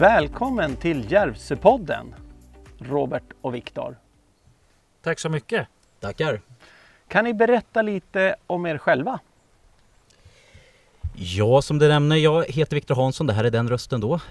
Välkommen till Järvsöpodden, Robert och Viktor. Tack så mycket. Tackar. Kan ni berätta lite om er själva? Ja, som du nämner, jag heter Viktor Hansson, det här är den rösten då.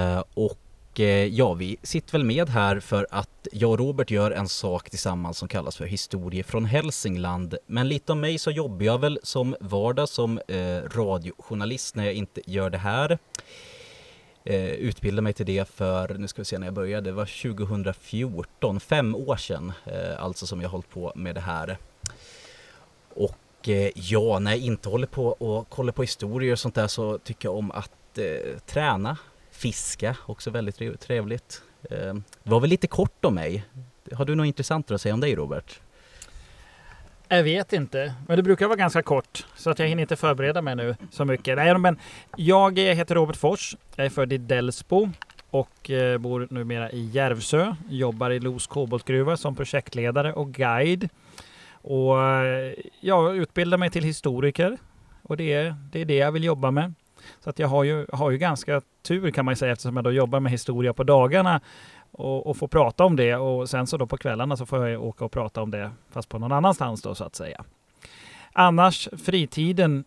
Vi sitter väl med här för att jag och Robert gör en sak tillsammans som kallas för Historie från Hälsingland. Men lite om mig så jobbar jag väl som vardag som radiojournalist när jag inte gör det här. Utbildade mig till det för, nu ska vi se när jag började, det var 2014, 5 år sedan alltså som jag hållit på med det här. Och när jag inte håller på och kollar på historier och sånt där så tycker jag om att träna, fiska, också väldigt trevligt. Det var väl lite kort om mig. Har du något intressant att säga om dig, Robert? Jag vet inte, men det brukar vara ganska kort så att jag hinner inte förbereda mig nu så mycket. Nej, men jag heter Robert Fors, jag är född i Delsbo och bor numera i Järvsö. Jobbar i Los koboltgruva som projektledare och guide. Och jag utbildar mig till historiker och det är det jag vill jobba med. Så att jag har ju ganska tur kan man säga eftersom jag då jobbar med historia på dagarna och får prata om det. Och sen så då på kvällarna så får jag åka och prata om det fast på någon annanstans då så att säga. Annars fritiden,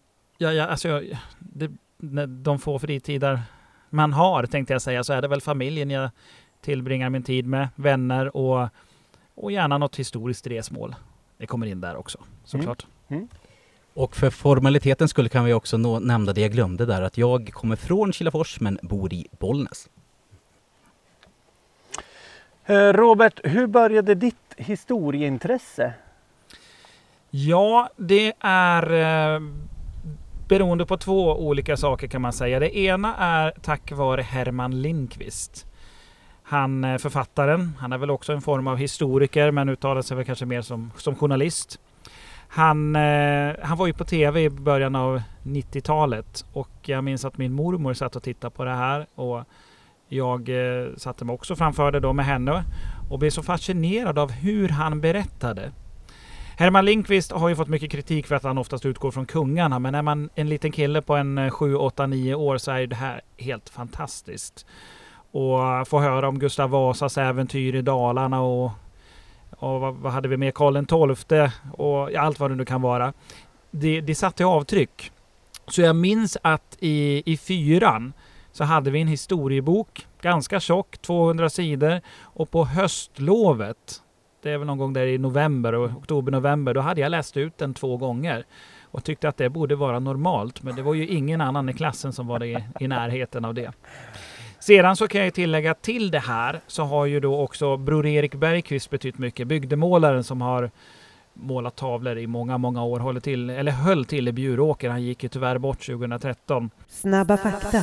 de få fritidar man har tänkte jag säga så är det väl familjen jag tillbringar min tid med, vänner och gärna något historiskt resmål. Det kommer in där också, såklart. Och för formaliteten skulle kan vi också nämna det jag glömde där, att jag kommer från Kilafors men bor i Bollnäs. Robert, hur började ditt historieintresse? Ja, det är beroende på 2 olika saker kan man säga. Det ena är tack vare Herman Lindqvist. Han författaren, han är väl också en form av historiker men uttalar sig väl kanske mer som journalist. Han var ju på tv i början av 90-talet och jag minns att min mormor satt och tittade på det här och jag satte mig också framför det då med henne och blev så fascinerad av hur han berättade. Herman Lindqvist har ju fått mycket kritik för att han oftast utgår från kungarna, men när man en liten kille på en 7, 8, 9 år så är det här helt fantastiskt. Och få höra om Gustav Vasas äventyr i Dalarna och vad hade vi med Karl XII och allt vad det nu kan vara. Det satte avtryck. Så jag minns att i 4:an så hade vi en historiebok, ganska tjock, 200 sidor. Och på höstlovet, det är väl någon gång där i november och oktober-november, då hade jag läst ut den 2 gånger. Och tyckte att det borde vara normalt, men det var ju ingen annan i klassen som var i närheten av det. Sedan så kan jag tillägga till det här så har ju då också Bror Erik Bergqvist betytt mycket. Bygdemålaren som har målat tavlor i många år höll till i Bjuråker. Han gick ju tyvärr bort 2013. Snabba fakta.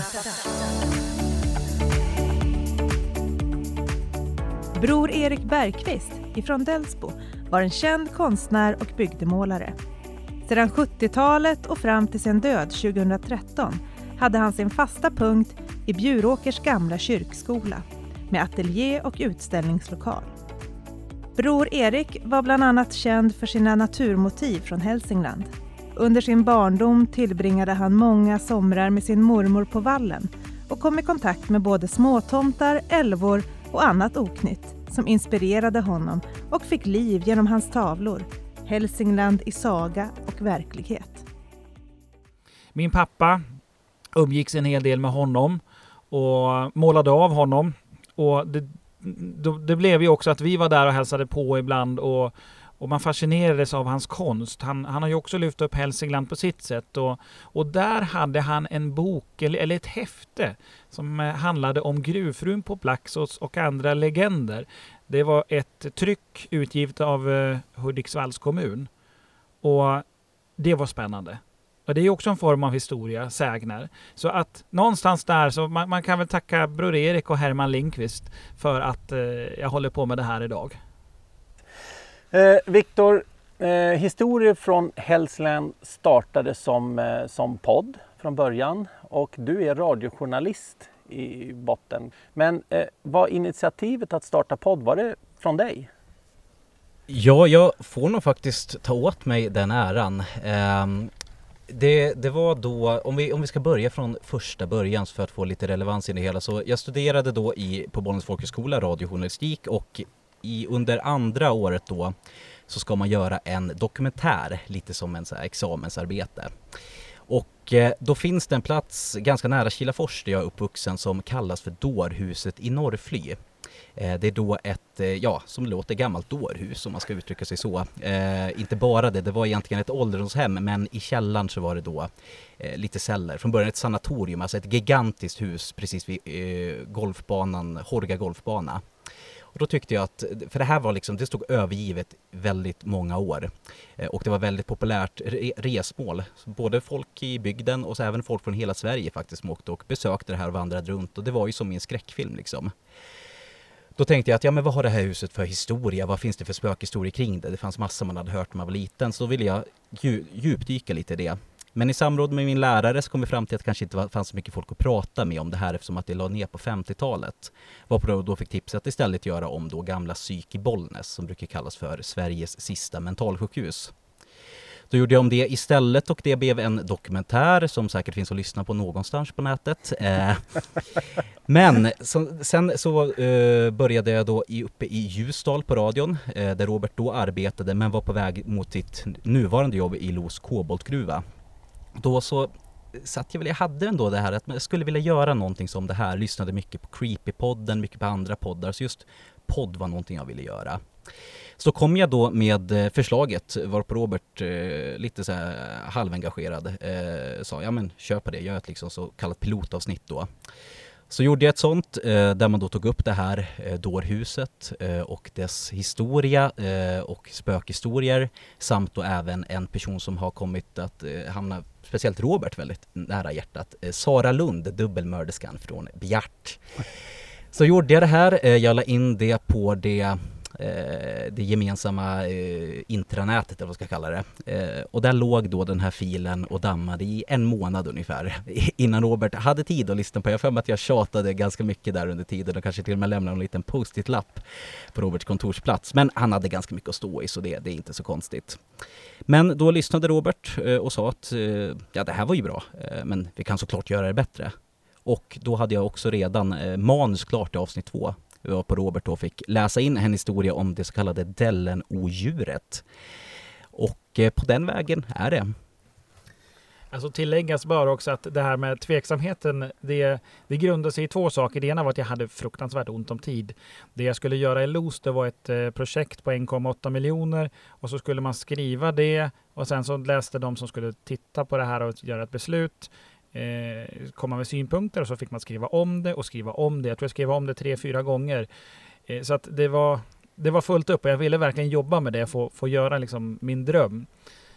Bror Erik Bergqvist ifrån Delsbo var en känd konstnär och bygdemålare. Sedan 70-talet och fram till sin död 2013 hade han sin fasta punkt i Bjuråkers gamla kyrkskola med ateljé och utställningslokal. Bror Erik var bland annat känd för sina naturmotiv från Hälsingland. Under sin barndom tillbringade han många somrar med sin mormor på vallen och kom i kontakt med både småtomtar, älvor och annat oknytt som inspirerade honom och fick liv genom hans tavlor. Hälsingland i saga och verklighet. Min pappa umgicks en hel del med honom och målade av honom. Och det blev ju också att vi var där och hälsade på ibland och man fascinerades av hans konst. Han har ju också lyft upp Hälsingland på sitt sätt. Och där hade han en bok eller ett häfte som handlade om gruvfrun på Blaxås och andra legender. Det var ett tryck utgivet av Hudiksvalls kommun. Och det var spännande. Och det är också en form av historia, sägner. Så att någonstans där så man kan väl tacka Bror Erik och Herman Lindqvist för att jag håller på med det här idag. Viktor, Historier från Hälsingland startade som podd från början och du är radiojournalist i botten. Men var initiativet att starta podd, var det från dig? Ja, jag får nog faktiskt ta åt mig den äran. Det var då, om vi ska börja från första början för att få lite relevans i det hela, så jag studerade då på Bollnäs folkhögskola radiojournalistik, och under andra året då så ska man göra en dokumentär, lite som en så här examensarbete. Och då finns det en plats ganska nära Kilafors där jag är uppvuxen som kallas för Dårhuset i Norrfly. Det är då ett, som låter gammalt dårhus om man ska uttrycka sig så. Inte bara det var egentligen ett ålderdomshem, men i källaren så var det då lite celler. Från början ett sanatorium, alltså ett gigantiskt hus precis vid golfbanan, Hårga golfbana. Och då tyckte jag att, för det här var liksom, det stod övergivet väldigt många år. Och det var väldigt populärt resmål. Både folk i bygden och så även folk från hela Sverige faktiskt som åkte och besökte det här och vandrade runt. Och det var ju som i en skräckfilm liksom. Då tänkte jag att, men vad har det här huset för historia? Vad finns det för spökhistoria kring det? Det fanns massor man hade hört när man var liten. Så då ville jag djupdyka lite i det. Men i samråd med min lärare så kom vi fram till att det kanske inte fanns så mycket folk att prata med om det här, eftersom att det la ner på 50-talet. Varpå då fick tipset att istället göra om då gamla psyk i Bollnäs, som brukar kallas för Sveriges sista mentalsjukhus. Då gjorde jag om det istället, och det blev en dokumentär som säkert finns att lyssna på någonstans på nätet. Men sen så började jag då uppe i Ljusdal på radion, där Robert då arbetade men var på väg mot sitt nuvarande jobb i Los koboltgruva. Då så jag hade ändå det här att jag skulle vilja göra någonting som det här. Lyssnade mycket på Creepypodden, mycket på andra poddar, så just podd var någonting jag ville göra. Så kom jag då med förslaget, varpå Robert lite så här halvengagerad sa, men kör på det, gör ett liksom så kallat pilotavsnitt då. Så gjorde jag ett sånt där man då tog upp det här dårhuset och dess historia och spökhistorier, samt då även en person som har kommit att hamna speciellt Robert väldigt nära hjärtat, Sara Lund, dubbelmörderskan från Bjart. Så gjorde jag det här, jag la in det på det gemensamma intranätet, eller vad ska jag kalla det. Och där låg då den här filen och dammade i en månad ungefär innan Robert hade tid att lyssna på. Jag för mig att jag tjatade ganska mycket där under tiden och kanske till och med lämnade en liten post-it-lapp på Roberts kontorsplats. Men han hade ganska mycket att stå i, så det är inte så konstigt. Men då lyssnade Robert och sa att det här var ju bra, men vi kan såklart göra det bättre. Och då hade jag också redan manus klart i avsnitt 2. Jag var på Robert och fick läsa in en historia om det så kallade Dellen-odjuret. Och på den vägen är det. Alltså tilläggas bara också att det här med tveksamheten, det grundar sig i två saker. Det ena var att jag hade fruktansvärt ont om tid. Det jag skulle göra i Los, det var ett projekt på 1,8 miljoner och så skulle man skriva det och sen så läste de som skulle titta på det här och göra ett beslut, komma med synpunkter, och så fick man skriva om det och skriva om det. Jag tror jag skrev om det 3-4 gånger. Så att det var fullt upp och jag ville verkligen jobba med det, få göra liksom min dröm.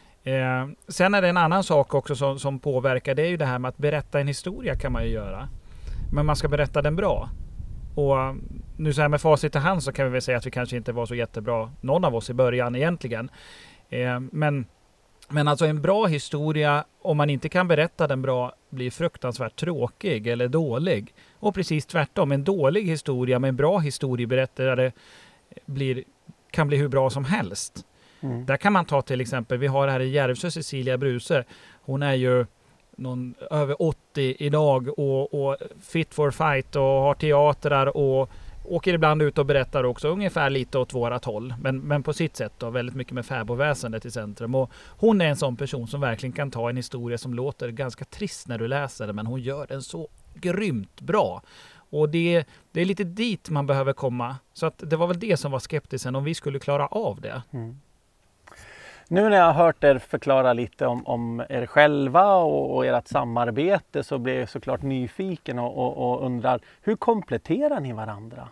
Sen är det en annan sak också som påverkar, det är ju det här med att berätta en historia kan man ju göra. Men man ska berätta den bra. Och nu så här med facit i hand så kan vi väl säga att vi kanske inte var så jättebra, någon av oss i början egentligen. Men alltså en bra historia, om man inte kan berätta den bra, blir fruktansvärt tråkig eller dålig. Och precis tvärtom, en dålig historia med en bra historieberättare kan bli hur bra som helst. Mm. Där kan man ta till exempel, vi har här i Järvsö Cecilia Bruse. Hon är ju över 80 idag och fit for fight och har teatrar och åker ibland ut och berättar också ungefär lite åt vårat håll. Men på sitt sätt då, väldigt mycket med fäbodväsendet i centrum. Och hon är en sån person som verkligen kan ta en historia som låter ganska trist när du läser den, men hon gör den så grymt bra. Och det är lite dit man behöver komma. Så att det var väl det som var skeptisen, om vi skulle klara av det. Mm. Nu när jag har hört er förklara lite om er själva och ert samarbete, så blir jag såklart nyfiken och undrar, hur kompletterar ni varandra?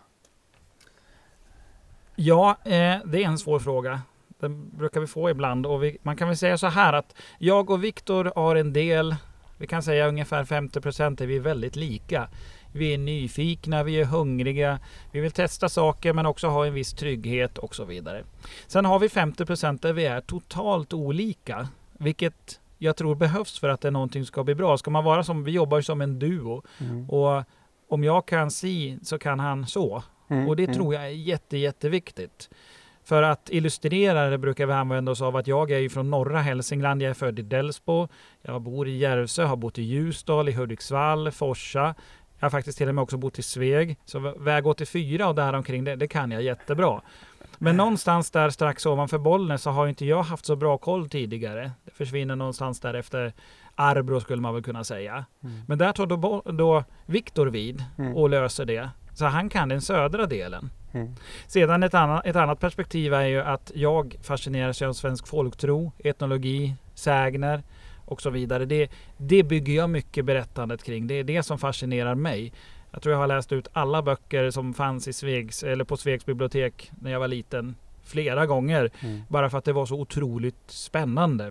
Ja, det är en svår fråga. Den brukar vi få ibland. Och man kan väl säga så här att jag och Viktor har en del, vi kan säga ungefär 50% är vi väldigt lika. Vi är nyfikna, vi är hungriga, vi vill testa saker men också ha en viss trygghet och så vidare. Sen har vi 50% där vi är totalt olika, vilket jag tror behövs för att det är någonting ska bli bra. Ska man vara som, vi jobbar som en duo och om jag kan så kan han så. Och det tror jag är jätteviktigt. För att illustrera det brukar vi använda oss av att jag är ju från norra Hälsingland. Jag är född i Delsbo. Jag bor i Järvsö, har bott i Ljusdal, i Hudiksvall, Forsa. Jag har faktiskt till och med också bott i Sveg. Så väg 84 och där omkring det kan jag jättebra. Men någonstans där strax ovanför Bollnäs så har inte jag haft så bra koll tidigare. Det försvinner någonstans där efter Arbro skulle man väl kunna säga. Men där tar då Viktor vid och löser det. Så han kan den södra delen. Sedan ett annat perspektiv är ju att jag fascineras av svensk folktro, etnologi, sägner och så vidare. Det bygger jag mycket berättandet kring. Det är det som fascinerar mig. Jag tror jag har läst ut alla böcker som fanns i på Svegs bibliotek när jag var liten flera gånger. Bara för att det var så otroligt spännande.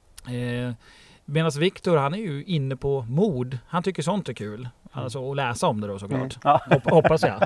Medan Viktor, han är ju inne på mord. Han tycker sånt är kul. Alltså att läsa om det då såklart. Hoppas jag.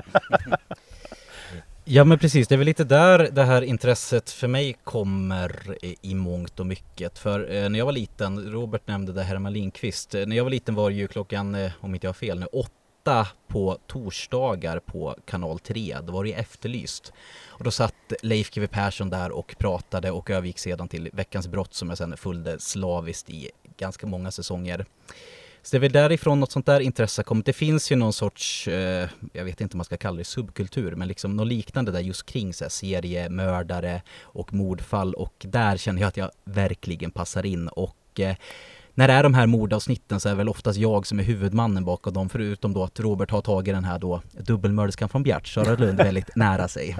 Ja men precis, det är väl lite där det här intresset för mig kommer i mångt och mycket. För när jag var liten, Robert nämnde det Herman Lindqvist. När jag var liten var det ju klockan, om inte jag har fel nu, 8 på torsdagar på kanal 3. Då var det Efterlyst. Och då satt Leif GW Persson där och pratade och övergick sedan till Veckans brott som jag sen följde slaviskt i ganska många säsonger. Så det är väl därifrån något sånt där intresse har kommit. Det finns ju någon sorts, jag vet inte om man ska kalla det subkultur, men liksom något liknande där just kring så här, seriemördare och mordfall. Och där känner jag att jag verkligen passar in. Och när det är de här mordavsnitten så är det väl oftast jag som är huvudmannen bakom dem. Förutom då att Robert har tagit den här då dubbelmörderskan från Bjärt, Sara Lund, väldigt nära sig.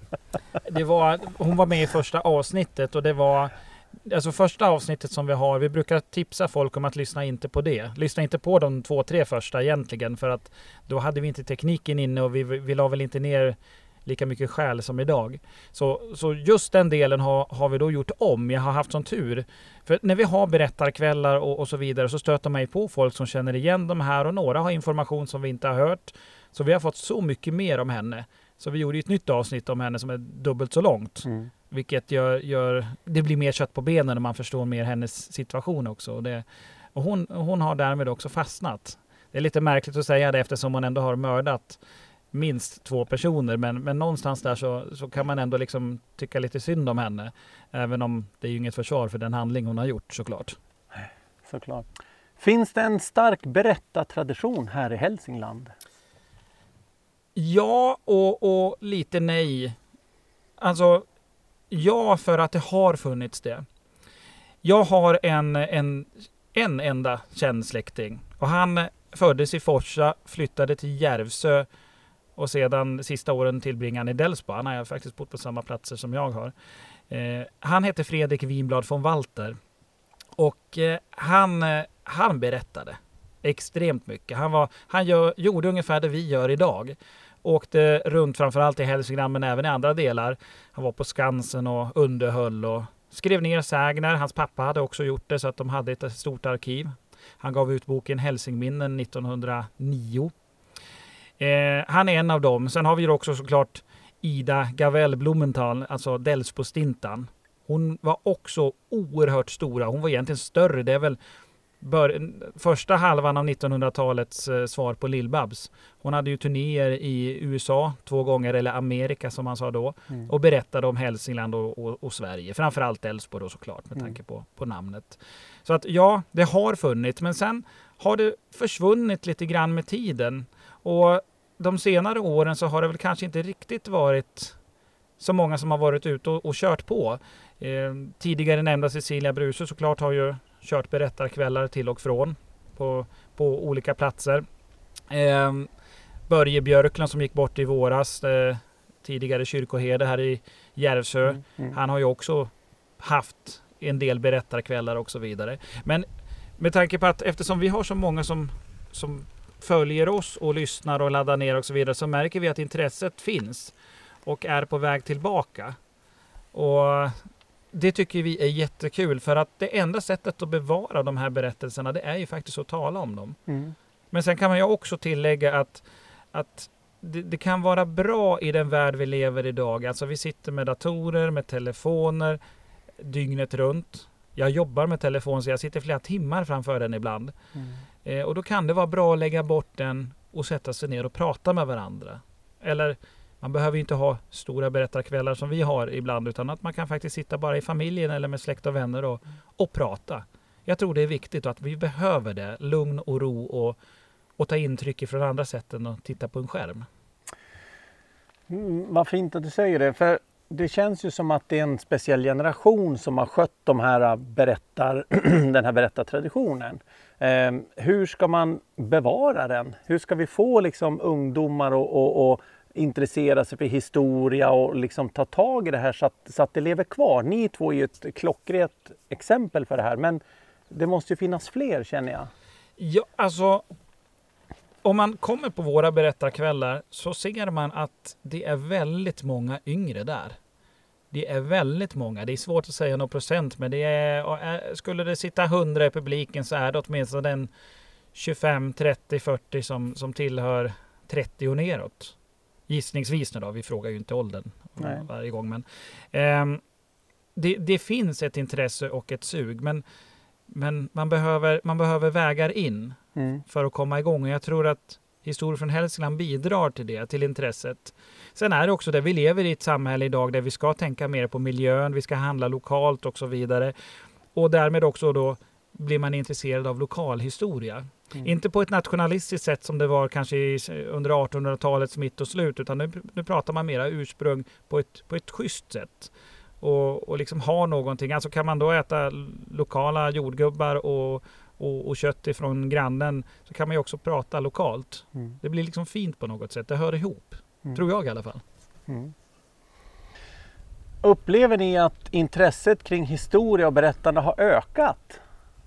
Hon var med i första avsnittet och det var... Alltså första avsnittet som vi brukar tipsa folk om att lyssna inte på det. Lyssna inte på de 2-3 första egentligen, för att då hade vi inte tekniken inne och vi la väl inte ner lika mycket själ som idag. Så just den delen har vi då gjort om. Jag har haft sån tur. För när vi har berättarkvällar och så vidare så stöter man ju på folk som känner igen de här och några har information som vi inte har hört. Så vi har fått så mycket mer om henne. Så vi gjorde ett nytt avsnitt om henne som är dubbelt så långt. Vilket gör det blir mer kött på benen när man förstår mer hennes situation också. Och hon har därmed också fastnat. Det är lite märkligt att säga det eftersom hon ändå har mördat minst 2 personer. Men någonstans där så kan man ändå liksom tycka lite synd om henne. Även om det är ju inget försvar för den handling hon har gjort såklart. Såklart. Finns det en stark berättartradition här i Hälsingland? Ja och lite nej. Alltså ja, för att det har funnits det. Jag har en enda känd släkting. Och han föddes i Forsa, flyttade till Järvsö och sedan sista åren tillbringade han i Delsbo. Han har faktiskt bott på samma platser som jag har. Han heter Fredrik Winblad von Walter. Och han berättade extremt mycket. Han gjorde ungefär det vi gör idag. Åkte runt framförallt i Hälsingland men även i andra delar. Han var på Skansen och underhöll och skrev ner sägner. Hans pappa hade också gjort det så att de hade ett stort arkiv. Han gav ut boken Hälsingminnen 1909. Han är en av dem. Sen har vi också såklart Ida Gavell Blumenthal, alltså Delsbo-stintan. Hon var också oerhört stora. Hon var egentligen större. Det är väl första halvan av 1900-talets svar på Lill-Babs. Hon hade ju turnéer i USA 2 gånger, eller Amerika som man sa då, och berättade om Hälsingland och Sverige. Framförallt Delsbo då såklart med tanke på namnet. Så att ja, det har funnits, men sen har det försvunnit lite grann med tiden. Och de senare åren så har det väl kanske inte riktigt varit så många som har varit ute och kört på. Tidigare nämnda Cecilia Bruse såklart har ju kört berättarkvällar till och från på olika platser. Börje Björklund som gick bort i våras, tidigare kyrkoherde här i Järvsö. Han har ju också haft en del berättarkvällar och så vidare. Men med tanke på att eftersom vi har så många som följer oss och lyssnar och laddar ner och så vidare, så märker vi att intresset finns och är på väg tillbaka. Och det tycker vi är jättekul, för att det enda sättet att bevara de här berättelserna, det är ju faktiskt att tala om dem. Men sen kan man ju också tillägga att det kan vara bra i den värld vi lever idag. Alltså vi sitter med datorer, med telefoner dygnet runt. Jag jobbar med telefon så jag sitter flera timmar framför den ibland. Och då kan det vara bra att lägga bort den och sätta sig ner och prata med varandra. Eller Man behöver ju inte ha stora berättarkvällar som vi har ibland, utan att man kan faktiskt sitta bara i familjen eller med släkt och vänner och prata. Jag tror det är viktigt och att vi behöver det. Lugn och ro och ta intryck från andra sätt än att titta på en skärm. Vad fint att du säger det. För det känns ju som att det är en speciell generation som har skött den här berättartraditionen. Hur ska man bevara den? Hur ska vi få liksom ungdomar och intressera sig för historia och liksom ta tag i det här så att det lever kvar? Ni två är ju ett klockrent exempel för det här, men det måste ju finnas fler, känner jag. Ja, alltså om man kommer på våra berättarkvällar så ser man att det är väldigt många yngre där. Det är väldigt många. Det är svårt att säga något procent, men skulle det sitta 100 i publiken så är det åtminstone den 25, 30, 40 som tillhör 30 och neråt. Gissningsvis nu då, vi frågar ju inte åldern varje gång. Men det finns ett intresse och ett sug, men man behöver vägar in för att komma igång. Och jag tror att Historier från Hälsingland bidrar till det, till intresset. Sen är det också det, vi lever i ett samhälle idag där vi ska tänka mer på miljön, vi ska handla lokalt och så vidare. Och därmed också då blir man intresserad av lokalhistoria. Inte på ett nationalistiskt sätt som det var kanske under 1800-talets mitt och slut, utan nu pratar man mera ursprung på ett schysst sätt. Och liksom ha någonting. Alltså kan man då äta lokala jordgubbar och kött ifrån grannen, så kan man ju också prata lokalt. Det blir liksom fint på något sätt. Det hör ihop. Tror jag i alla fall. Upplever ni att intresset kring historia och berättande har ökat?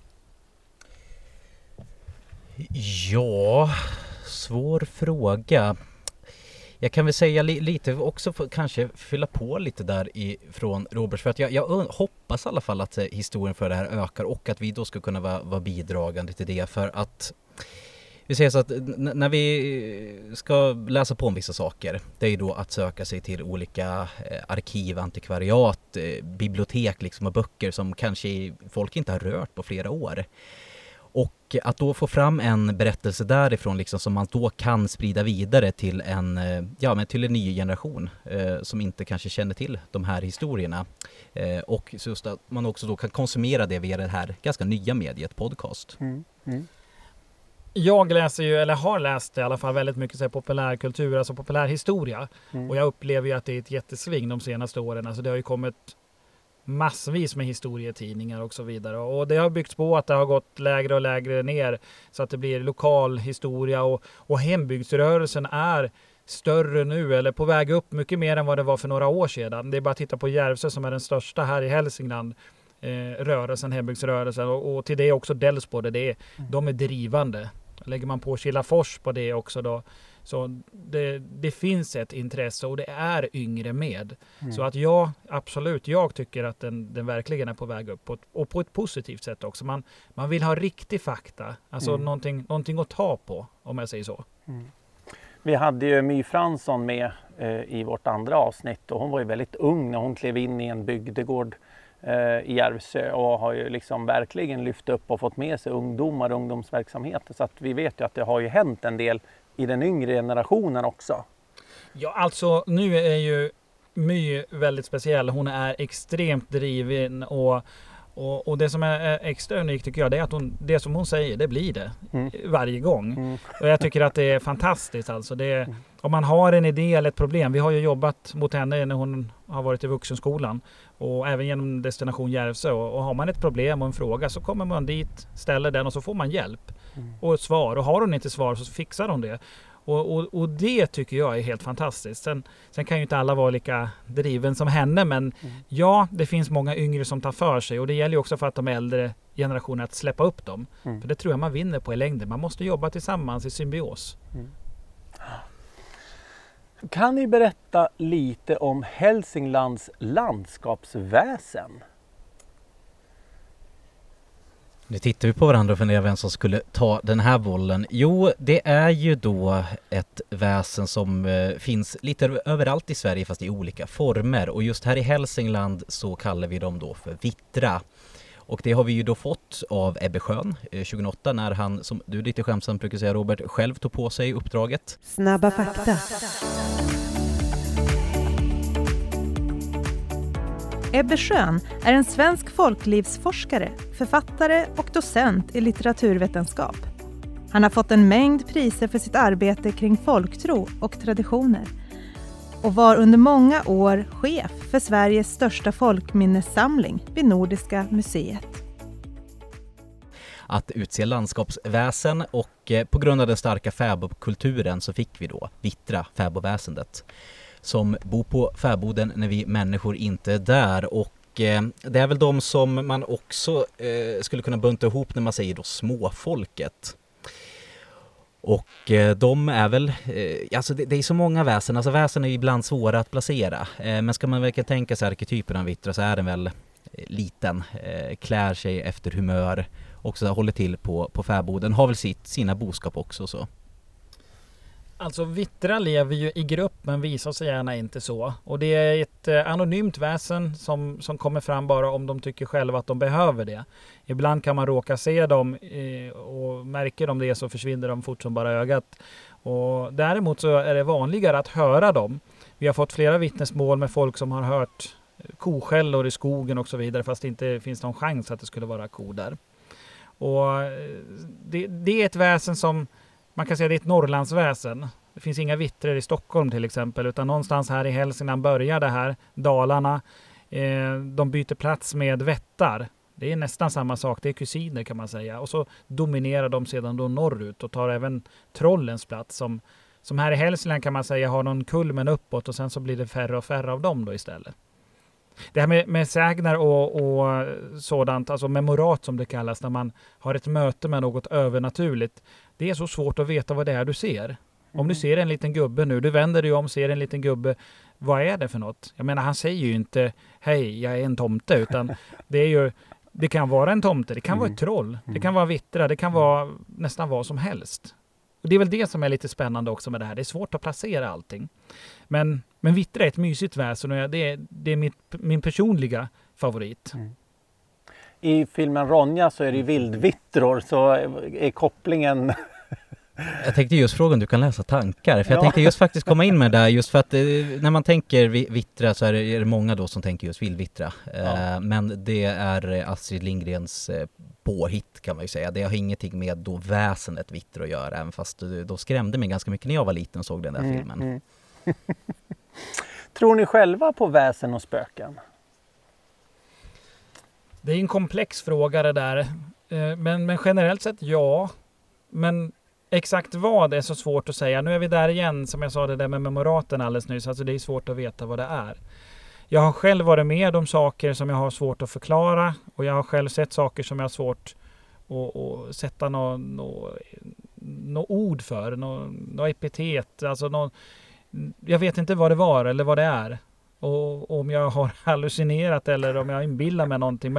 Ja, svår fråga. Jag kan väl säga lite också, kanske fylla på lite där från Robert, för att jag hoppas i alla fall att historien för det här ökar och att vi då ska kunna vara bidragande till det, för att vi säger så att när vi ska läsa på om vissa saker, det är ju då att söka sig till olika arkiv, antikvariat, bibliotek liksom, och böcker som kanske folk inte har rört på flera år. Och att då få fram en berättelse därifrån liksom, som man då kan sprida vidare till till en ny generation som inte kanske känner till de här historierna. Och just att man också då kan konsumera det via det här ganska nya mediet, podcast. Jag läser ju, eller har läst i alla fall väldigt mycket så här, populärkultur, alltså populärhistoria. Och jag upplever ju att det är ett jättesving de senaste åren. Alltså det har ju kommit massvis med historietidningar och så vidare. Och det har byggts på att det har gått lägre och lägre ner så att det blir lokal historia och hembygdsrörelsen är större nu eller på väg upp mycket mer än vad det var för några år sedan. Det är bara att titta på Järvsö som är den största här i Hälsingland. Hembygdsrörelsen och till det också Delsbo, de är drivande. Lägger man på Kilafors på det också då, så det finns ett intresse och det är yngre med. Så att jag tycker att den verkligen är på väg upp och på ett positivt sätt också. Man vill ha riktig fakta, alltså någonting att ta på, om jag säger så. Vi hade ju My Fransson med i vårt andra avsnitt och hon var ju väldigt ung när hon klev in i en bygdegård i Järvsö och har ju liksom verkligen lyft upp och fått med sig ungdomar och ungdomsverksamheter, så att vi vet ju att det har ju hänt en del i den yngre generationen också. Ja, alltså nu är ju My väldigt speciell. Hon är extremt driven och det som är extra unikt tycker jag, det är att det som hon säger, det blir det varje gång. Och jag tycker att det är fantastiskt alltså. Om man har en idé eller ett problem, vi har ju jobbat mot henne när hon har varit i vuxenskolan och även genom Destination Järvsö, och har man ett problem och en fråga så kommer man dit, ställer den och så får man hjälp och ett svar, och har hon inte svar så fixar hon det. Och det tycker jag är helt fantastiskt. Sen kan ju inte alla vara lika driven som henne, men ja, det finns många yngre som tar för sig, och det gäller ju också för att de äldre generationerna att släppa upp dem. För det tror jag man vinner på i längden. Man måste jobba tillsammans i symbios. Kan ni berätta lite om Hälsinglands landskapsväsen? Nu tittar vi på varandra och funderar vem som skulle ta den här bollen. Jo, det är ju då ett väsen som finns lite överallt i Sverige fast i olika former. Och just här i Hälsingland så kallar vi dem då för Vittra. Och det har vi ju då fått av Ebbe Schön 2008 när han, som du lite skämtsamt brukar säga Robert, själv tog på sig uppdraget. Snabba fakta. Ebbe Schön är en svensk folklivsforskare, författare och docent i litteraturvetenskap. Han har fått en mängd priser för sitt arbete kring folktro och traditioner och var under många år chef för Sveriges största folkminnessamling vid Nordiska museet. Att utse landskapsväsen och på grund av den starka fäbodkulturen så fick vi då vittra fäbodväsendet som bor på fäboden när vi människor inte är där, och det är väl de som man också skulle kunna bunta ihop när man säger då småfolket. Och de är väl, alltså det är så många väsen, alltså väsen är ju ibland svåra att placera, men ska man verkligen tänka sig arketypen av vittra så är den väl liten, klär sig efter humör, också håller till på fäboden, har väl sina boskap också så. Alltså vittra lever ju i grupp men visar sig gärna inte så. Och det är ett anonymt väsen som kommer fram bara om de tycker själva att de behöver det. Ibland kan man råka se dem och märker de det så försvinner de fort som bara ögat. Och däremot så är det vanligare att höra dem. Vi har fått flera vittnesmål med folk som har hört koskällor i skogen och så vidare fast det inte finns någon chans att det skulle vara ko där. Och det är ett väsen som man kan säga det är ett Norrlandsväsen. Det finns inga vittror i Stockholm till exempel utan någonstans här i Hälsingland börjar det här. Dalarna, de byter plats med vättar. Det är nästan samma sak, det är kusiner kan man säga. Och så dominerar de sedan då norrut och tar även trollens plats. Som här i Hälsingland kan man säga har någon kulmen uppåt och sen så blir det färre och färre av dem då istället. Det här med sägner och sådant, alltså memorat som det kallas, när man har ett möte med något övernaturligt. Det är så svårt att veta vad det är du ser. Om du ser en liten gubbe nu, du vänder dig om, ser en liten gubbe, vad är det för något? Jag menar, han säger ju inte, hej, jag är en tomte, utan det kan vara en tomte, det kan vara ett troll, det kan vara vittra, det kan vara nästan vad som helst. Och det är väl det som är lite spännande också med det här. Det är svårt att placera allting. Men vittra är ett mysigt väsen och det är min personliga favorit. Mm. I filmen Ronja så är det vildvittror, så är kopplingen... Jag tänkte just fråga om du kan läsa tankar, för jag tänkte just faktiskt komma in med det där, just för att när man tänker vittra så är det många då som tänker just vildvittra. Men det är Astrid Lindgrens påhitt kan man ju säga. Det har ingenting med då väsendet vittra att göra, även fast då skrämde mig ganska mycket när jag var liten och såg den där filmen. Mm. Tror ni själva på väsen och spöken? Det är en komplex fråga det där. Men generellt sett ja. Men exakt vad är så svårt att säga. Nu är vi där igen, som jag sa det där med memoraten alldeles nyss. Alltså det är svårt att veta vad det är. Jag har själv varit med om saker som jag har svårt att förklara. Och jag har själv sett saker som jag har svårt att sätta något ord för. Något epitet. Alltså jag vet inte vad det var eller vad det är. Och om jag har hallucinerat eller om jag inbillar mig någonting.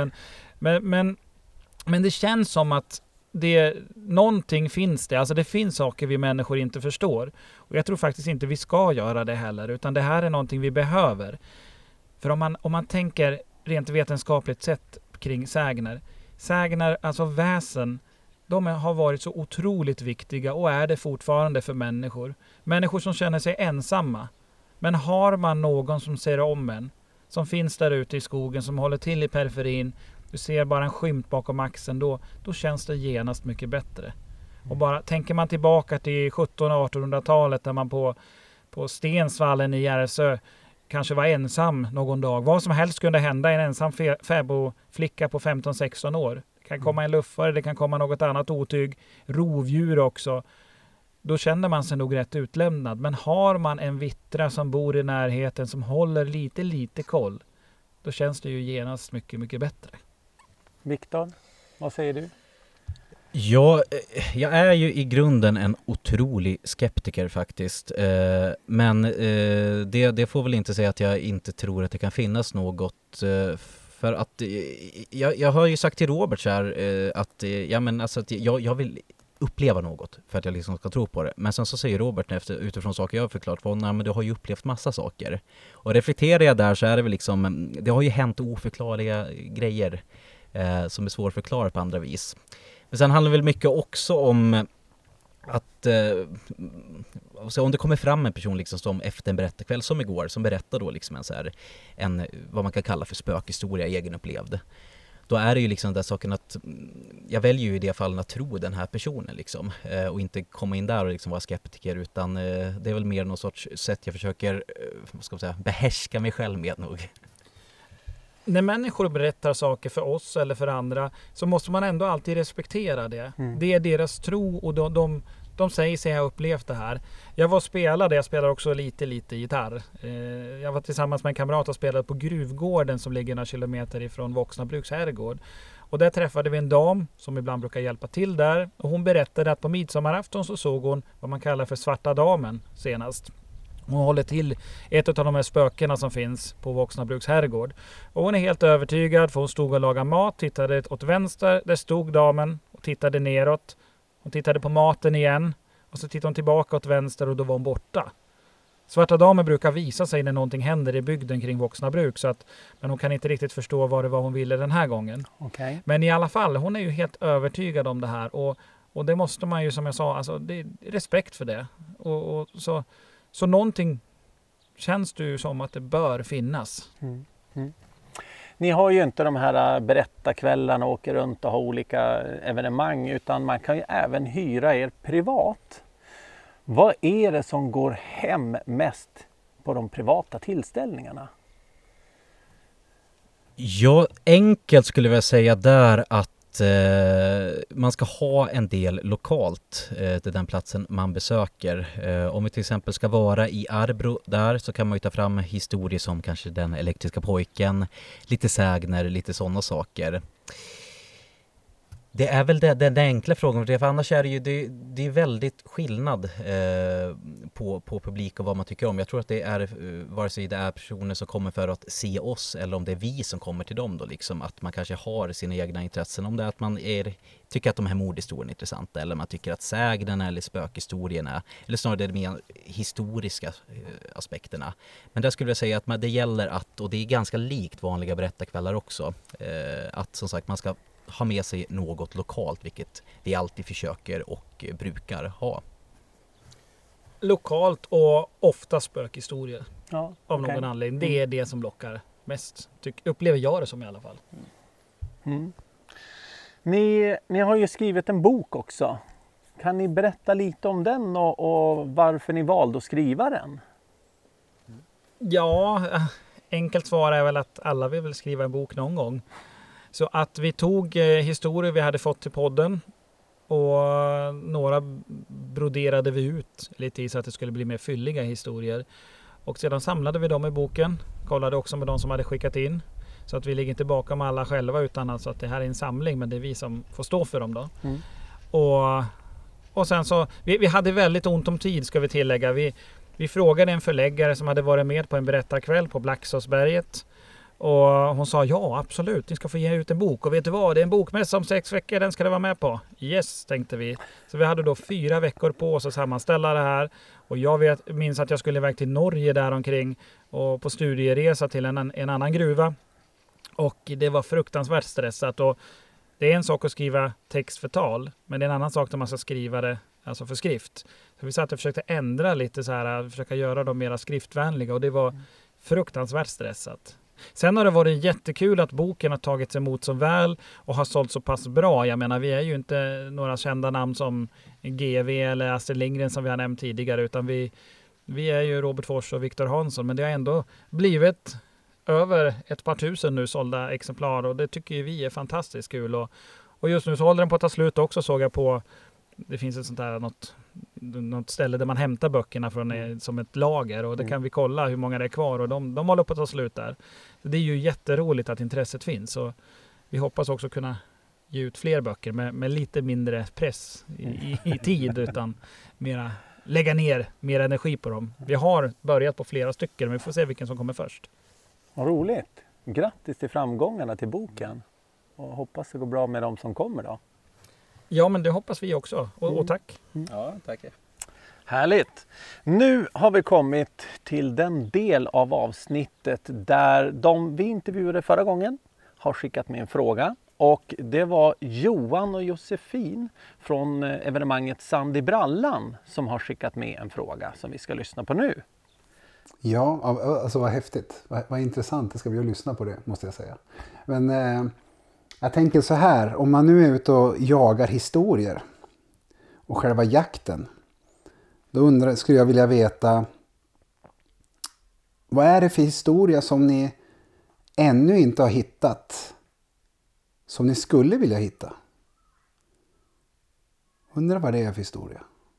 Men det känns som att någonting finns det. Alltså det finns saker vi människor inte förstår. Och jag tror faktiskt inte vi ska göra det heller. Utan det här är någonting vi behöver. För om man tänker rent vetenskapligt sett kring sägner. Sägner, alltså väsen, de har varit så otroligt viktiga och är det fortfarande för människor. Människor som känner sig ensamma. Men har man någon som ser om en, som finns där ute i skogen, som håller till i periferin, du ser bara en skymt bakom axeln, då känns det genast mycket bättre. Och bara tänker man tillbaka till 1700-1800-talet där man på Stensvallen i Järvsö kanske var ensam någon dag. Vad som helst kunde hända en ensam fäbodflicka på 15-16 år. Det kan komma en luffare, det kan komma något annat otyg, rovdjur också. Då känner man sig nog rätt utlämnad. Men har man en vittra som bor i närheten som håller lite koll, då känns det ju genast mycket, mycket bättre. Viktor, vad säger du? Ja, jag är ju i grunden en otrolig skeptiker faktiskt. Men det får väl inte säga att jag inte tror att det kan finnas något. För att jag har ju sagt till Robert så här att jag vill uppleva något för att jag liksom ska tro på det. Men sen så säger Robert utifrån saker jag har förklarat för honom, men du har ju upplevt massa saker. Och reflekterar jag där så är det väl liksom, det har ju hänt oförklarliga grejer som är svårt att förklara på andra vis. Men sen handlar det väl mycket också om att om det kommer fram en person liksom som efter en berättarkväll som igår, som berättar då liksom en vad man kan kalla för spökhistoria egenupplevd, då är det ju liksom den där saken att jag väljer ju i det fallet att tro den här personen liksom, och inte komma in där och liksom vara skeptiker, utan det är väl mer någon sorts sätt jag försöker behärska mig själv med nog. När människor berättar saker för oss eller för andra så måste man ändå alltid respektera det. Det är deras tro och de säger sig ha upplevt det här. Jag var spelare, jag spelar också lite gitarr. Jag var tillsammans med en kamrat och spelade på Gruvgården som ligger några kilometer ifrån Voxnabruks herrgård. Och där träffade vi en dam som ibland brukar hjälpa till där. Och hon berättade att på midsommarafton så såg hon vad man kallar för Svarta damen senast. Hon håller till ett av de här spökena som finns på Voxnabruks herrgård. Och hon är helt övertygad för hon stod och lagade mat, tittade åt vänster, där stod damen och tittade neråt. Hon tittade på maten igen och så tittade hon tillbaka åt vänster och då var hon borta. Svarta damer brukar visa sig när någonting händer i bygden kring Voxnabruk, men hon kan inte riktigt förstå vad det var hon ville den här gången. Okay. Men i alla fall, hon är ju helt övertygad om det här och det måste man ju, som jag sa, alltså, det är respekt för det. Och så någonting känns det ju som att det bör finnas. Ni har ju inte de här berättarkvällarna och åker runt och har olika evenemang, utan man kan ju även hyra er privat. Vad är det som går hem mest på de privata tillställningarna? Ja, enkelt skulle jag säga där att man ska ha en del lokalt till den platsen man besöker. Om vi till exempel ska vara i Arbro där så kan man ju ta fram historier som kanske Den elektriska pojken, lite sägner, lite sådana saker. Det är väl den enkla frågan, för annars är det är väldigt skillnad på publik och vad man tycker om. Jag tror att det är, vare sig det är personer som kommer för att se oss eller om det är vi som kommer till dem då, liksom, att man kanske har sina egna intressen. Om det är att man tycker att de här mordhistorierna är intressanta, eller man tycker att sägnerna eller spökhistorierna, eller snarare de mer historiska aspekterna. Men där skulle jag säga att det gäller att, och det är ganska likt vanliga berättarkvällar också, att som sagt man ska ha med sig något lokalt, vilket vi alltid försöker och brukar ha. Lokalt och ofta spökhistorier. Ja, av någon anledning. Det är det som lockar mest. Upplever jag det som i alla fall. Ni har ju skrivit en bok också. Kan ni berätta lite om den och varför ni valde att skriva den? Ja, enkelt svar är väl att alla vill väl skriva en bok någon gång. Så att vi tog historier vi hade fått till podden och några broderade vi ut lite i så att det skulle bli mer fylliga historier. Och sedan samlade vi dem i boken, kollade också med de som hade skickat in. Så att vi ligger inte bakom alla själva, utan alltså att det här är en samling, men det är vi som får stå för dem då. Och sen så, vi hade väldigt ont om tid ska vi tillägga. Vi frågade en förläggare som hade varit med på en berättarkväll på Blacksåsberget. Och hon sa ja, absolut, ni ska få ge ut en bok. Och vet du vad, det är en bokmässa om 6 veckor, den ska du vara med på. Yes, tänkte vi. Så vi hade då 4 veckor på oss att sammanställa det här. Och jag minns att jag skulle iväg till Norge där omkring och på studieresa till en annan gruva. Och det var fruktansvärt stressat. Och det är en sak att skriva text för tal, men det är en annan sak när man ska skriva det alltså för skrift. Så vi satt och försökte ändra lite så här, försöka göra dem mer skriftvänliga, och det var fruktansvärt stressat. Sen har det varit jättekul att boken har tagits emot så väl och har sålt så pass bra. Jag menar, vi är ju inte några kända namn som GV eller Astrid Lindgren som vi har nämnt tidigare, utan vi är ju Robert Fors och Viktor Hansson, men det har ändå blivit över ett par tusen nu sålda exemplar, och det tycker ju vi är fantastiskt kul. Och just nu så håller den på att ta slut också, såg jag på. Det finns ett sånt där något ställe där man hämtar böckerna från som ett lager, och det kan vi kolla hur många det är kvar, och de håller på att ta slut där. Så det är ju jätteroligt att intresset finns, och vi hoppas också kunna ge ut fler böcker med lite mindre press i tid, utan lägga ner mer energi på dem. Vi har börjat på flera stycken, men vi får se vilken som kommer först. Vad roligt! Grattis till framgångarna till boken, och hoppas det går bra med de som kommer då. Ja, men det hoppas vi också. Och tack. Ja, tack. Härligt! Nu har vi kommit till den del av avsnittet där de vi intervjuade förra gången har skickat med en fråga. Och det var Johan och Josefin från evenemanget Sand i brallan som har skickat med en fråga som vi ska lyssna på nu. Ja, alltså vad häftigt. Vad intressant. Det ska vi ju lyssna på det, måste jag säga. Men jag tänker så här. Om man nu är ute och jagar historier och själva jakten. Då skulle jag vilja veta. Vad är det för historia som ni ännu inte har hittat? Som ni skulle vilja hitta? Undrar vad det är för historia.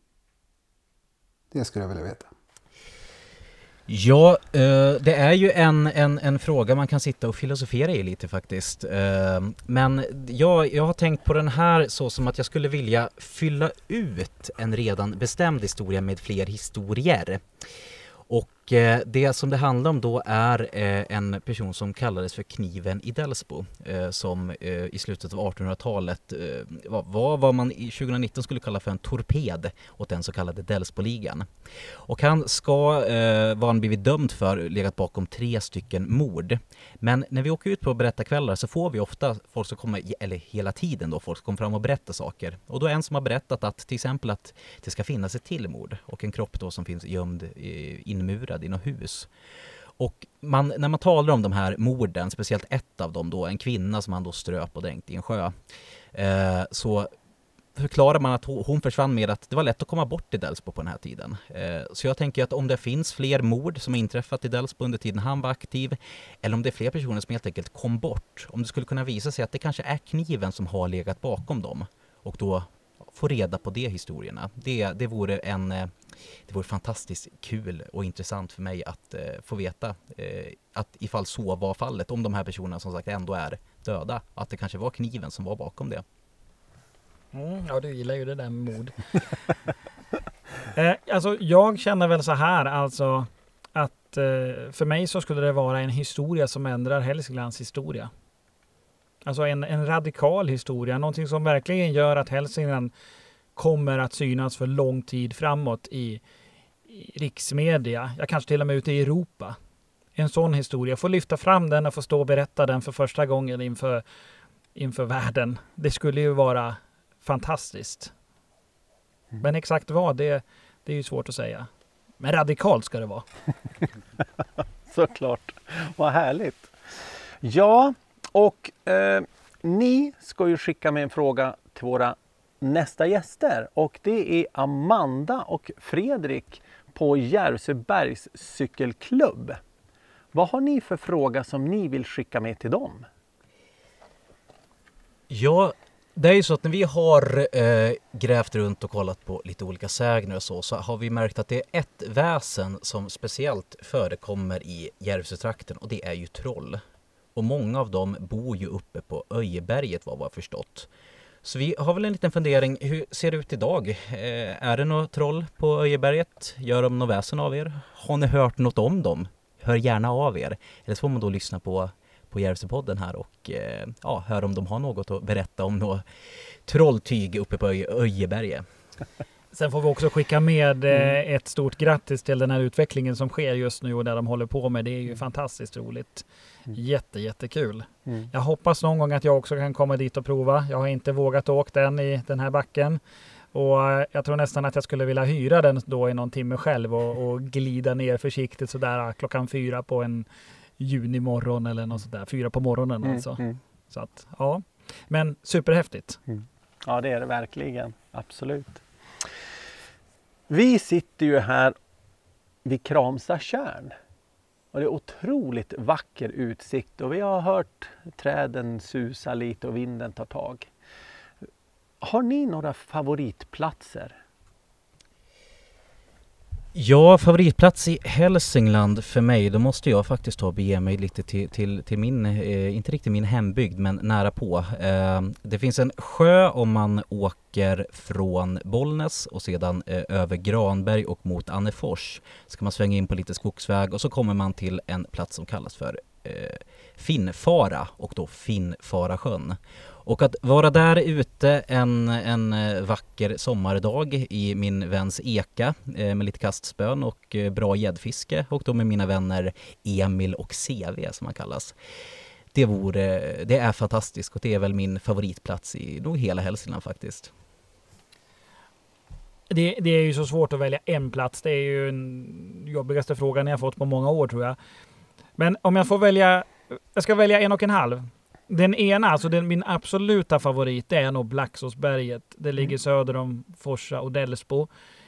Det skulle jag vilja veta. Ja, det är ju en fråga man kan sitta och filosofera i lite faktiskt. Men jag har tänkt på den här så som att jag skulle vilja fylla ut en redan bestämd historia med fler historier. Och det som det handlar om då är en person som kallades för Kniven i Delsbo som i slutet av 1800-talet var vad man i 2019 skulle kalla för en torped åt den så kallade Delsbo-ligan. Och han var han blivit dömd för legat bakom 3 stycken mord. Men när vi åker ut på berättarkvällar så får vi ofta folk som kommer, eller hela tiden då, folk som kommer fram och berättar saker. Och då är en som har berättat att till exempel att det ska finnas ett till mord och en kropp då som finns gömd inmurad i något hus. Och när man talar om de här morden, speciellt ett av dem då, en kvinna som han då ströp och dränkt i en sjö, så förklarar man att hon försvann med att det var lätt att komma bort i Delsbo på den här tiden. Så jag tänker att om det finns fler mord som har inträffat i Delsbo under tiden han var aktiv, eller om det är fler personer som helt enkelt kom bort, om det skulle kunna visa sig att det kanske är kniven som har legat bakom dem, och då få reda på de historierna. Det vore fantastiskt kul och intressant för mig att få veta att ifall så var fallet, om de här personerna som sagt ändå är döda, att det kanske var kniven som var bakom det. Ja, du gillar ju det där med mord. Alltså, jag känner väl så här, alltså att för mig så skulle det vara en historia som ändrar Hälsinglands historia. Alltså en radikal historia, någonting som verkligen gör att Hälsingland kommer att synas för lång tid framåt i riksmedia, jag kanske till och med ute i Europa. En sån historia, få lyfta fram den och få stå och berätta den för första gången inför världen. Det skulle ju vara fantastiskt. Men exakt vad, det är ju svårt att säga. Men radikalt ska det vara. Såklart, vad härligt. Ja, och ni ska ju skicka med en fråga till våra nästa gäster. Och det är Amanda och Fredrik på Järvsöbergs cykelklubb. Vad har ni för fråga som ni vill skicka med till dem? Ja, det är ju så att när vi har grävt runt och kollat på lite olika sägner och så har vi märkt att det är ett väsen som speciellt förekommer i Järvsötrakten, och det är ju troll. Och många av dem bor ju uppe på Öjeberget, vad jag har förstått. Så vi har väl en liten fundering, hur ser det ut idag? Är det något troll på Öjeberget? Gör de något väsen av er? Har ni hört något om dem? Hör gärna av er. Eller så får man då lyssna på Järvsöpodden här och höra om de har något att berätta om något trolltyg uppe på Öjeberget. Sen får vi också skicka med ett stort grattis till den här utvecklingen som sker just nu och där de håller på med. Det är ju fantastiskt roligt. Jättekul. Jag hoppas någon gång att jag också kan komma dit och prova. Jag har inte vågat åka den i den här backen. Och jag tror nästan att jag skulle vilja hyra den då i någon timme själv och glida ner försiktigt sådär 4:00 på en junimorgon eller något sådär. 4 på morgonen alltså. Så att, ja. Men superhäftigt. Ja, det är det verkligen. Absolut. Vi sitter ju här vid Kramsta tjärn. Och det är otroligt vacker utsikt. Och vi har hört träden susa lite och vinden tar tag. Har ni några favoritplatser? Ja, favoritplats i Hälsingland för mig, då måste jag faktiskt bege mig lite till min, inte riktigt min hembygd, men nära på. Det finns en sjö om man åker från Bollnäs och sedan över Granberg och mot Annefors. Så kan man svänga in på lite skogsväg och så kommer man till en plats som kallas för Finnfara, och då Finnfarasjön. Och att vara där ute en vacker sommardag i min väns eka med lite kastspön och bra gäddfiske, och då med mina vänner Emil och CV som man kallas. det är fantastiskt och det är väl min favoritplats i nog hela Hälsingland faktiskt. Det är ju så svårt att välja en plats. Det är ju den jobbigaste frågan jag fått på många år tror jag. Men om jag ska välja 1,5. Den ena, alltså min absoluta favorit, det är nog Blacksåsberget. Det ligger söder om Forsa och Delsbo.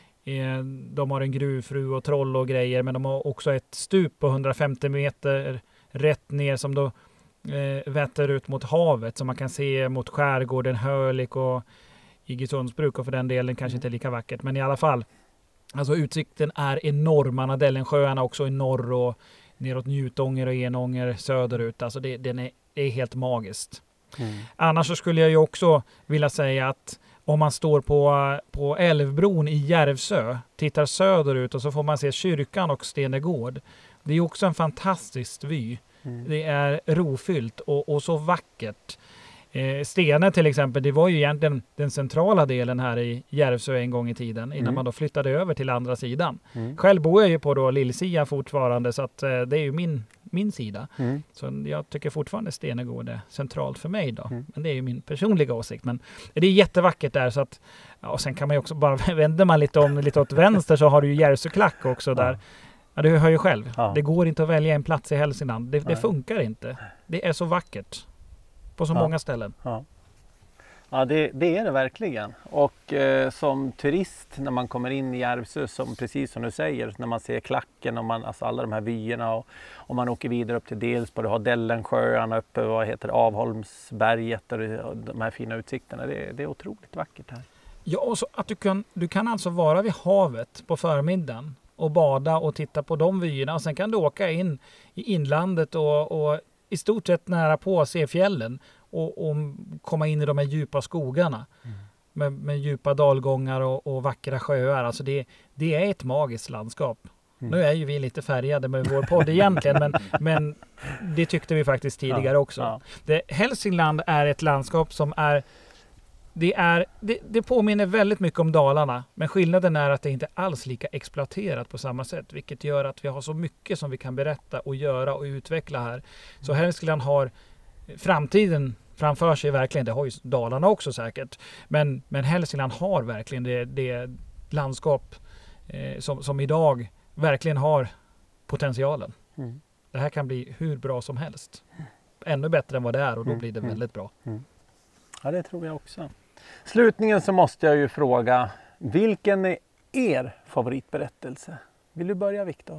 De har en gruvfru och troll och grejer, men de har också ett stup på 150 meter rätt ner som då vetter ut mot havet, som man kan se mot skärgården, Hölik och Iggesundsbruk, och för den delen kanske inte lika vackert, men i alla fall. Alltså utsikten är enorm. Manadellensjöarna också i norr och neråt Njutånger och Enånger söderut. Alltså det är helt magiskt. Annars så skulle jag ju också vilja säga att om man står på Älvbron i Järvsö, tittar söderut och så får man se kyrkan och Stenegård. Det är också en fantastisk vy. Det är rofyllt och så vackert. Stene till exempel, det var ju egentligen den centrala delen här i Järvsö en gång i tiden innan man då flyttade över till andra sidan. Själv bor jag ju på då Lillsia fortfarande, så att det är ju min sida. Så jag tycker fortfarande Stenegård är centralt för mig då. Men det är ju min personliga åsikt. Men det är jättevackert där, så att, ja, och sen kan man ju också bara vänder man lite åt vänster så har du ju Järvsöklack också där. Ja, du hör ju själv. Ja. Det går inte att välja en plats i Hälsingland. Det funkar inte. Det är så vackert. På så många ställen. Ja, det är det verkligen. Och som turist när man kommer in i Järvsö, som precis som du säger, när man ser klacken och alltså alla de här vyerna och man åker vidare upp till Delsbo, du har Dellensjöarna uppe, Avholmsberget och de här fina utsikterna. Det är otroligt vackert här. Ja, och så att du kan alltså vara vid havet på förmiddagen och bada och titta på de vyerna, och sen kan du åka in i inlandet och i stort sett nära på se fjällen och komma in i de här djupa skogarna med djupa dalgångar och vackra sjöar. Alltså det är ett magiskt landskap. Nu är ju vi lite färgade med vår podd egentligen, men det tyckte vi faktiskt tidigare också. Hälsingland är ett landskap som det påminner väldigt mycket om Dalarna, men skillnaden är att det inte alls lika exploaterat på samma sätt, vilket gör att vi har så mycket som vi kan berätta och göra och utveckla här. Så Hälsingland har framtiden framför sig verkligen. Det har ju Dalarna också säkert, men Hälsingland har verkligen det landskap som idag verkligen har potentialen. Det här kan bli hur bra som helst. Ännu bättre än vad det är, och då blir det väldigt bra. Ja, det tror jag också. Slutningen så måste jag ju fråga, vilken är er favoritberättelse? Vill du börja, Viktor?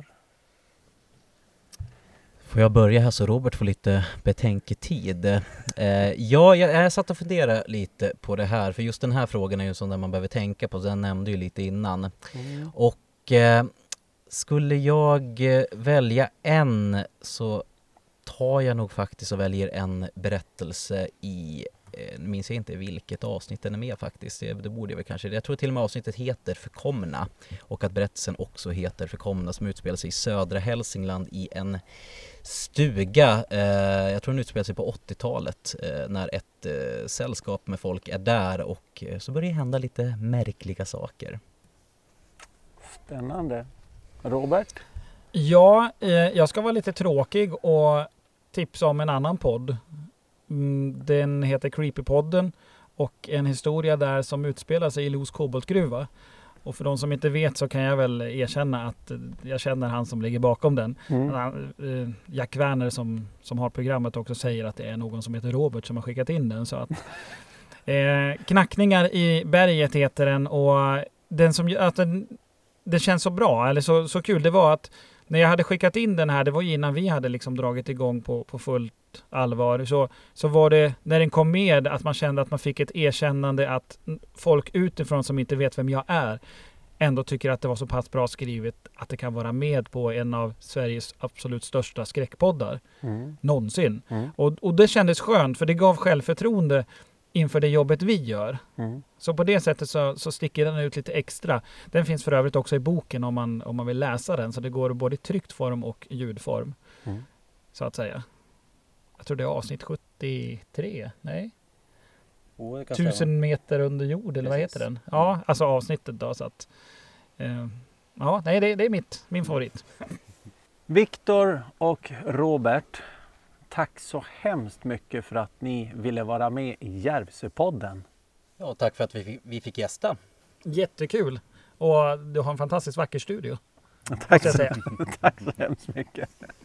Får jag börja här så Robert får lite betänketid. Jag satt och funderade lite på det här, för just den här frågan är ju sån där man behöver tänka på, den nämnde ju lite innan. Och skulle jag välja en, så tar jag nog faktiskt och väljer en berättelse i, minns jag inte vilket avsnitt den är med faktiskt, det borde jag väl kanske, jag tror till och med avsnittet heter Förkomna, och att berättelsen också heter Förkomna, som utspelar sig i södra Hälsingland i en stuga. Jag tror den utspelar sig på 80-talet när ett sällskap med folk är där, och så börjar det hända lite märkliga saker. Spännande. Robert? Ja, jag ska vara lite tråkig och tipsa om en annan podd. Den heter Creepypodden, och en historia där som utspelar sig i Los koboltgruva. Och för de som inte vet så kan jag väl erkänna att jag känner han som ligger bakom den. Jack Werner som har programmet också säger att det är någon som heter Robert som har skickat in den. Så att, Knackningar i berget heter den, och det känns så bra, eller så kul. Det var att när jag hade skickat in den här, det var innan vi hade liksom dragit igång på fullt allvar, så var det när den kom med att man kände att man fick ett erkännande, att folk utifrån som inte vet vem jag är ändå tycker att det var så pass bra skrivet att det kan vara med på en av Sveriges absolut största skräckpoddar någonsin. Och det kändes skönt, för det gav självförtroende inför det jobbet vi gör. Så på det sättet så sticker den ut lite extra. Den finns för övrigt också i boken om man vill läsa den, så det går både i tryckt form och ljudform. Så att säga. Jag tror det är avsnitt 73. Nej? 1000 meter under jord, eller vad heter den? Ja, alltså avsnittet då. Så att, ja, nej, det är min favorit. Viktor och Robert, tack så hemskt mycket för att ni ville vara med i Järvsöpodden. Ja, tack för att vi fick gästa. Jättekul. Och du har en fantastiskt vacker studio. Tack så hemskt mycket.